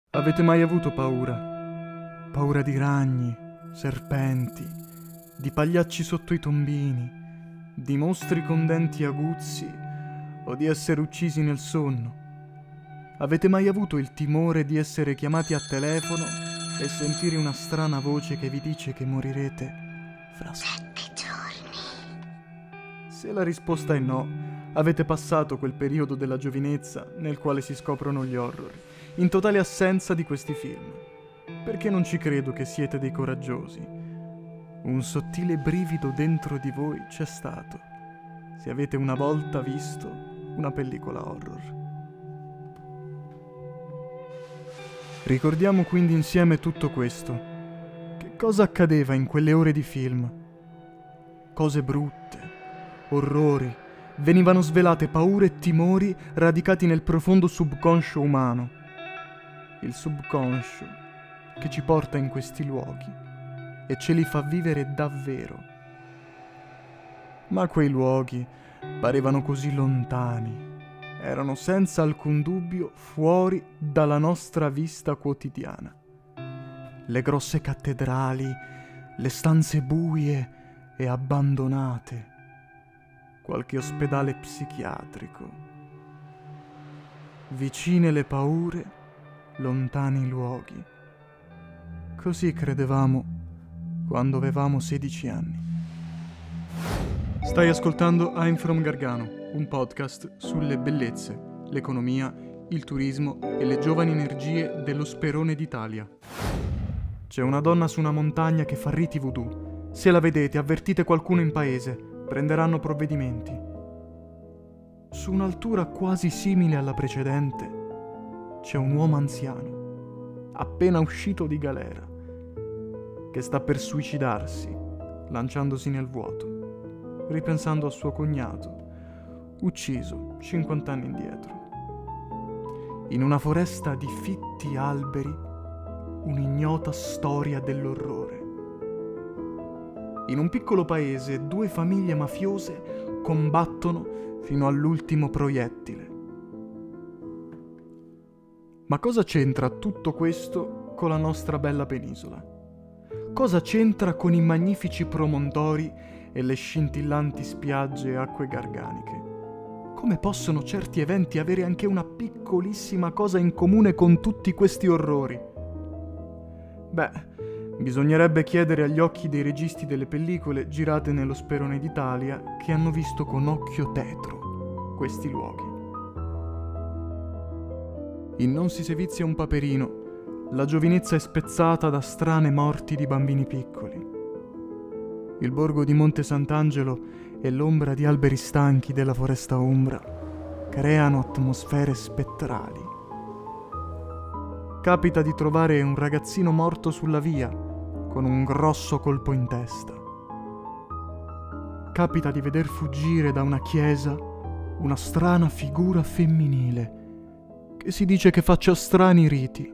Avete mai avuto paura? Paura di ragni, serpenti, di pagliacci sotto i tombini, di mostri con denti aguzzi o di essere uccisi nel sonno? Avete mai avuto il timore di essere chiamati a telefono e sentire una strana voce che vi dice che morirete fra 7 giorni? Se la risposta è no, avete passato quel periodo della giovinezza nel quale si scoprono gli horror, in totale assenza di questi film. Perché non ci credo che siete dei coraggiosi. Un sottile brivido dentro di voi c'è stato, se avete una volta visto una pellicola horror. Ricordiamo quindi insieme tutto questo. Che cosa accadeva in quelle ore di film? Cose brutte, orrori, venivano svelate paure e timori radicati nel profondo subconscio umano. Il subconscio che ci porta in questi luoghi e ce li fa vivere davvero. Ma quei luoghi parevano così lontani, erano senza alcun dubbio fuori dalla nostra vista quotidiana. Le grosse cattedrali, le stanze buie e abbandonate, qualche ospedale psichiatrico. Vicine le paure, lontani i luoghi. Così credevamo quando avevamo 16 anni. Stai ascoltando I'm From Gargano, un podcast sulle bellezze, l'economia, il turismo e le giovani energie dello Sperone d'Italia. C'è una donna su una montagna che fa riti voodoo. Se la vedete, avvertite qualcuno in paese, prenderanno provvedimenti. Su un'altura quasi simile alla precedente, c'è un uomo anziano, appena uscito di galera, che sta per suicidarsi, lanciandosi nel vuoto, ripensando a suo cognato, ucciso 50 anni indietro. In una foresta di fitti alberi, un'ignota storia dell'orrore. In un piccolo paese, 2 famiglie mafiose combattono fino all'ultimo proiettile. Ma cosa c'entra tutto questo con la nostra bella penisola? Cosa c'entra con i magnifici promontori e le scintillanti spiagge e acque garganiche? Come possono certi eventi avere anche una piccolissima cosa in comune con tutti questi orrori? Beh, bisognerebbe chiedere agli occhi dei registi delle pellicole girate nello Sperone d'Italia che hanno visto con occhio tetro questi luoghi. In Non si sevizia un paperino, la giovinezza è spezzata da strane morti di bambini piccoli. Il borgo di Monte Sant'Angelo e l'ombra di alberi stanchi della foresta ombra creano atmosfere spettrali. Capita di trovare un ragazzino morto sulla via con un grosso colpo in testa. Capita di veder fuggire da una chiesa una strana figura femminile che si dice che faccia strani riti.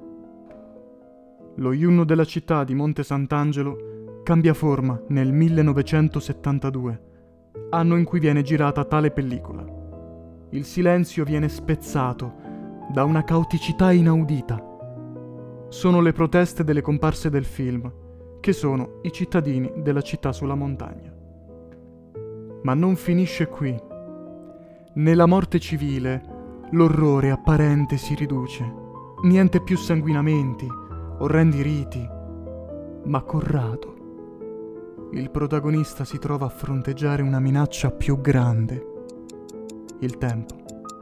Lo Iunno della città di Monte Sant'Angelo cambia forma nel 1972, anno in cui viene girata tale pellicola. Il silenzio viene spezzato da una caoticità inaudita. Sono le proteste delle comparse del film, che sono i cittadini della città sulla montagna. Ma non finisce qui. Nella morte civile l'orrore apparente si riduce. Niente più sanguinamenti, orrendi riti, ma Corrado, il protagonista, si trova a fronteggiare una minaccia più grande: il tempo.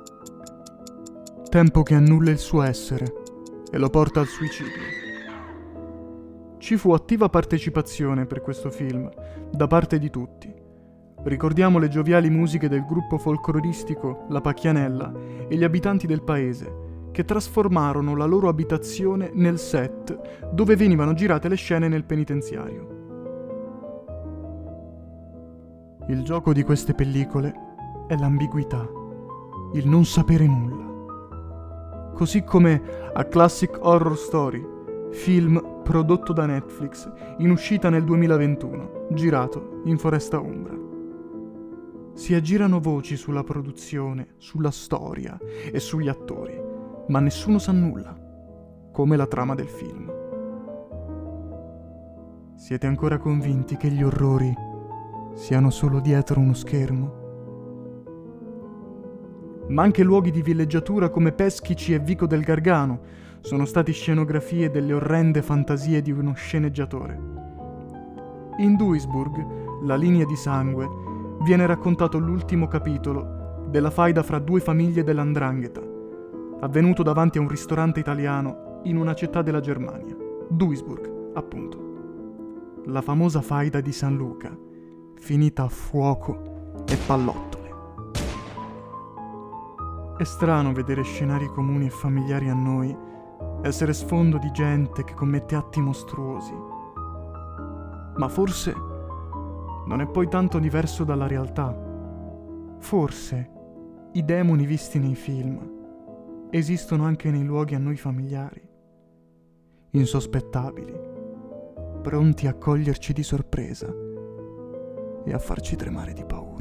Tempo che annulla il suo essere e lo porta al suicidio. Ci fu attiva partecipazione per questo film da parte di tutti. Ricordiamo le gioviali musiche del gruppo folcloristico La Pacchianella e gli abitanti del paese, che trasformarono la loro abitazione nel set dove venivano girate le scene nel penitenziario. Il gioco di queste pellicole è l'ambiguità, il non sapere nulla. Così come A Classic Horror Story, film prodotto da Netflix, in uscita nel 2021, girato in Foresta Ombra. Si aggirano voci sulla produzione, sulla storia e sugli attori, ma nessuno sa nulla. come la trama del film. Siete ancora convinti che gli orrori siano solo dietro uno schermo? Ma anche luoghi di villeggiatura come Peschici e Vico del Gargano sono stati scenografie delle orrende fantasie di uno sceneggiatore. In Duisburg, La linea di sangue, viene raccontato l'ultimo capitolo della faida fra due famiglie dell''ndrangheta, avvenuto davanti a un ristorante italiano in una città della Germania, Duisburg, appunto. La famosa faida di San Luca, finita a fuoco e pallottole. È strano vedere scenari comuni e familiari a noi essere sfondo di gente che commette atti mostruosi. Ma forse non è poi tanto diverso dalla realtà. Forse i demoni visti nei film esistono anche nei luoghi a noi familiari, insospettabili, pronti a coglierci di sorpresa e a farci tremare di paura.